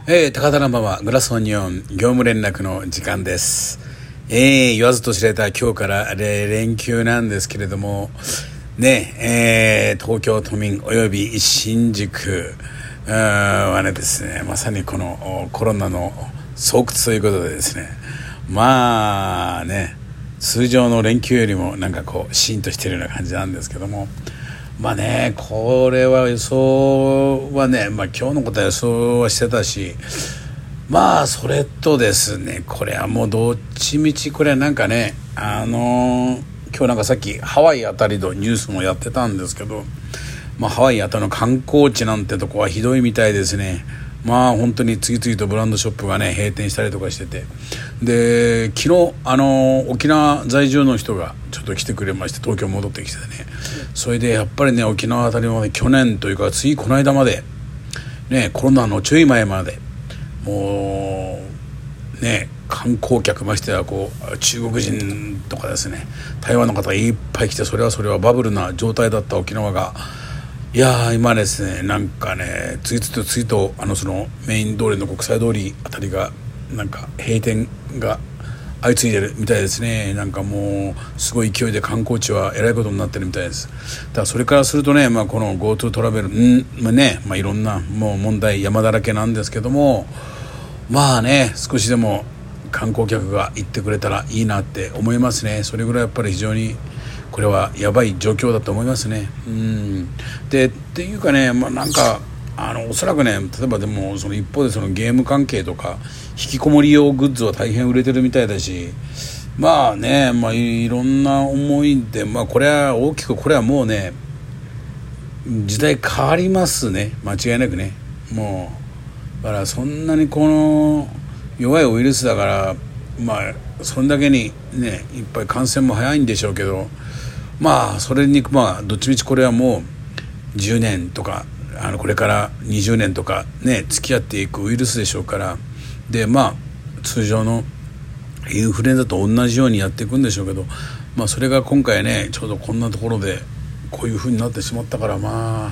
高田馬場グラスオニオン業務連絡の時間です。言わずと知れた今日から連休なんですけれどもね、東京都民および新宿はねですね、まさにこのコロナの巣窟ということでですね、まあね、通常の連休よりもなんかこうシーンとしているような感じなんですけども、まあね、これは予想はね、今日のことは予想はしてたし、それとですね、これはもうどっちみちこれはなんかね、今日なんかさっきハワイあたりのニュースもやってたんですけど、ハワイあたりの観光地なんてとこはひどいみたいですね。本当に次々とブランドショップがね閉店したりとかしてて、で昨日沖縄在住の人がちょっと来てくれまして、東京戻ってきてね、それでやっぱりね、沖縄あたりまで去年というかついこの間までね、コロナのちょい前までもうね、観光客ましてはこう中国人とかですね、台湾の方がいっぱい来て、それはバブルな状態だった沖縄が、いや今ですね、なんかね、次々とそのメイン通りの国際通りあたりがなんか閉店が相次いでるみたいですね。なんかもうすごい勢いで観光地はえらいことになってるみたいです。だからそれからするとね、この GoTo トラベルいろんなもう問題山だらけなんですけども、少しでも観光客が行ってくれたらいいなって思いますね。それぐらいやっぱり非常にこれはやばい状況だと思いますね。でっていうかね、なんかおそらくね、例えばでもその一方でそのゲーム関係とか引きこもり用グッズは大変売れてるみたいだし、いろんな思いで、これは大きく、これはもうね時代変わりますね、間違いなくね。もうだからそんなにこの弱いウイルスだから、それだけにねいっぱい感染も早いんでしょうけど、それにどっちみちこれはもう10年とかこれから20年とかね付き合っていくウイルスでしょうから、で通常のインフルエンザと同じようにやっていくんでしょうけど、それが今回ねちょうどこんなところでこういう風になってしまったから、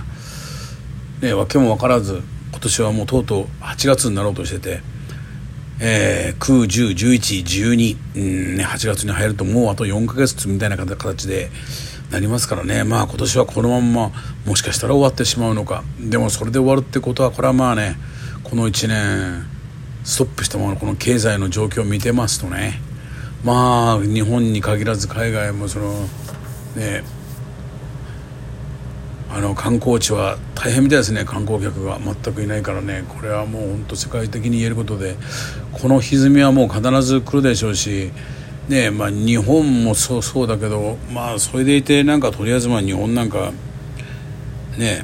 訳も分からず今年はもうとうとう8月になろうとしてて、9、10、11、12、8月に入るともうあと4ヶ月みたいな形でなりますからね。今年はこのまんまもしかしたら終わってしまうのか。でもそれで終わるってことは、これはこの1年ストップしたままのこの経済の状況を見てますとね、日本に限らず海外もそのね、観光地は大変みたいですね。観光客が全くいないからね、これはもう本当世界的に言えることで、この歪みはもう必ず来るでしょうしね。日本もそうだけど、それでいてとりあえず日本なんかね、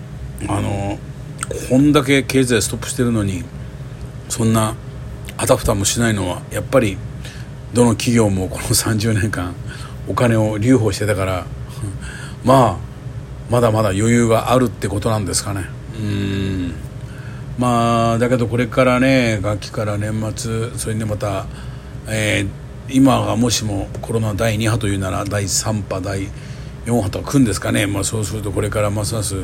こんだけ経済ストップしてるのにそんなあたふたもしないのは、やっぱりどの企業もこの30年間お金を留保してたからまだまだ余裕があるってことなんですかね。だけどこれからね、学期から年末、それにまた、今がもしもコロナ第2波というなら第3波第4波と来るんですかね。そうするとこれからますます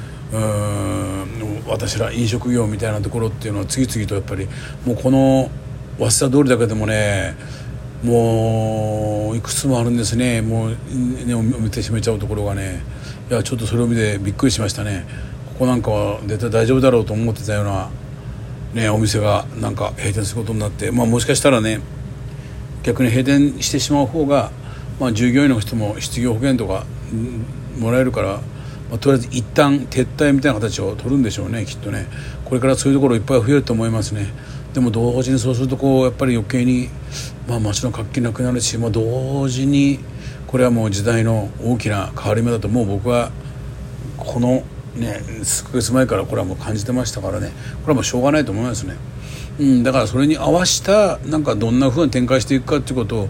私ら飲食業みたいなところっていうのは次々とやっぱりもうこの早稲田通りだけでもね、もういくつもあるんですね。もうね、お店閉めちゃうところがね、いやちょっとそれを見てびっくりしましたね。ここなんかは絶対大丈夫だろうと思ってたようなね、お店がなんか閉店することになって、もしかしたらね逆に閉店してしまう方が、従業員の人も失業保険とかもらえるから、とりあえず一旦撤退みたいな形を取るんでしょうね、きっとね。これからそういうところいっぱい増えると思いますね。でも同時にそうするとやっぱり余計に街の活気なくなるし、同時にこれはもう時代の大きな変わり目だと、もう僕はこのね数ヶ月前からこれはもう感じてましたからね。これはもうしょうがないと思いますね。だからそれに合わせたどんな風に展開していくかっていうことを、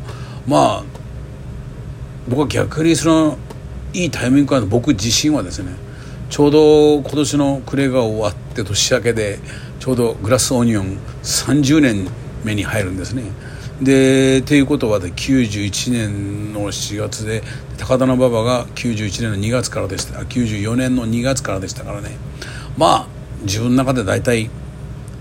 僕は逆にそのいいタイミングかなと僕自身はですね、ちょうど今年の暮れが終わって年明けでちょうどグラスオニオン30年目に入るんですね。でっていうことは91年の7月で、高田馬場が91年の2月からでした。94年の2月からでしたからね。自分の中でだいたい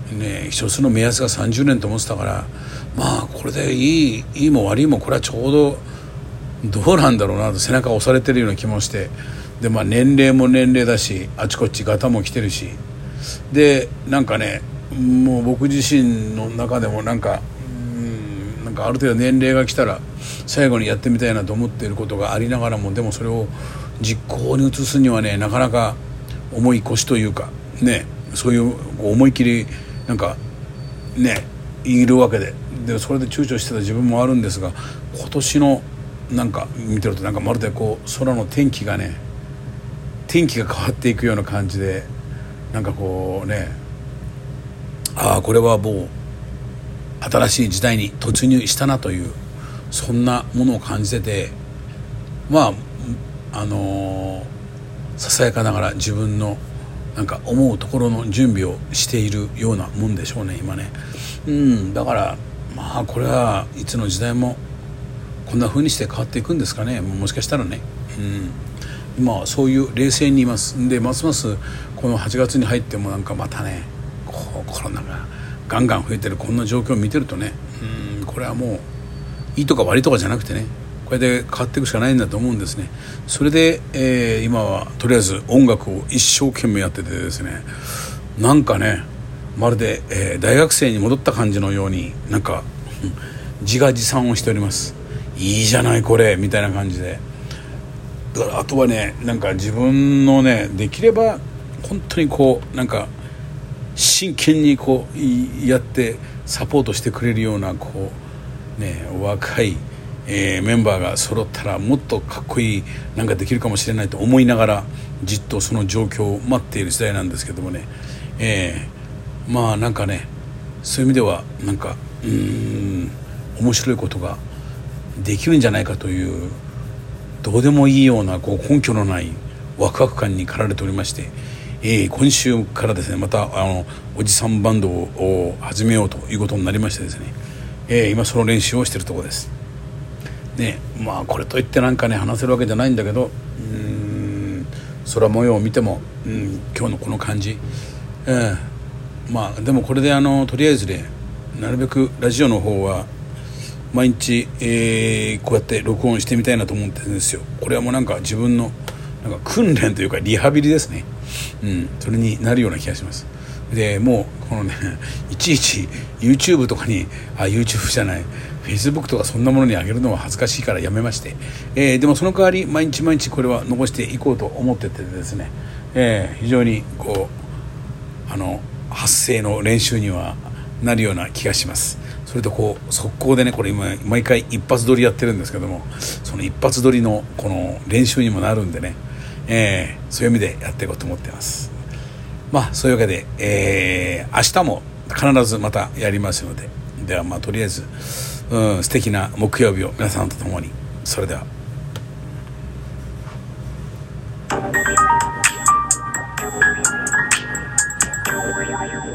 ね、一つの目安が30年と思ってたから、まあこれでいいも悪いもこれはちょうどどうなんだろうなと背中を押されてるような気もして、でまあ年齢も年齢だし、あちこちガタも来てるし、でなんかね、もう僕自身の中でもなんかある程度年齢が来たら最後にやってみたいなと思っていることがありながらも、でもそれを実行に移すにはね、なかなか重い腰というかね、そういう思い切りなんかねいるわけで、それで躊躇してた自分もあるんですが、今年のなんか見てるとなんかまるでこう空の天気が変わっていくような感じで、なんかこうね、これはもう新しい時代に突入したなという、そんなものを感じてて、まあささやかながら自分のなんか思うところの準備をしているようなもんでしょうね今ね。だからまあこれはいつの時代もこんな風にして変わっていくんですかね、もしかしたらね。今はそういう冷静にいます。でますますこの8月に入ってもなんかまたね、コロナがガンガン増えてるこんな状況を見てるとね、これはもういいとか悪いとかじゃなくてね、これで変わっていくしかないんだと思うんですね。それで、今はとりあえず音楽を一生懸命やっててですね、なんかねまるで、大学生に戻った感じのようになんか自画自賛をしております。いいじゃないこれみたいな感じで、だからあとはね、なんか自分のね、できれば本当にこうなんか真剣にこうやってサポートしてくれるようなこうね若い、メンバーが揃ったらもっとかっこいいなんかできるかもしれないと思いながらじっとその状況を待っている時代なんですけどもね、まあなんかね、そういう意味ではなんか面白いことができるんじゃないかというどうでもいいようなこう根拠のないワクワク感に駆られておりまして、今週からですねまたおじさんバンドを始めようということになりましてですね、今その練習をしているところですね。まあこれといってなんかね話せるわけじゃないんだけど、空模様を見ても、今日のこの感じ、まあでもこれでとりあえずね、なるべくラジオの方は毎日、こうやって録音してみたいなと思ってるんですよ。これはもうなんか自分のなんか訓練というかリハビリですね。それになるような気がします。でもうこのねいちいち YouTube とかにYouTube じゃない Facebook とかそんなものに上げるのは恥ずかしいからやめまして、でもその代わり毎日毎日これは残していこうと思っててですね、非常にこう発声の練習にはなるような気がします。それとこう速攻でね、これ今毎回一発撮りやってるんですけども、その一発撮りのこの練習にもなるんでね、そういう意味でやっていこうと思っています。まあそういうわけで、明日も必ずまたやりますので、ではまあとりあえず素敵な木曜日を皆さんと共に。それでは。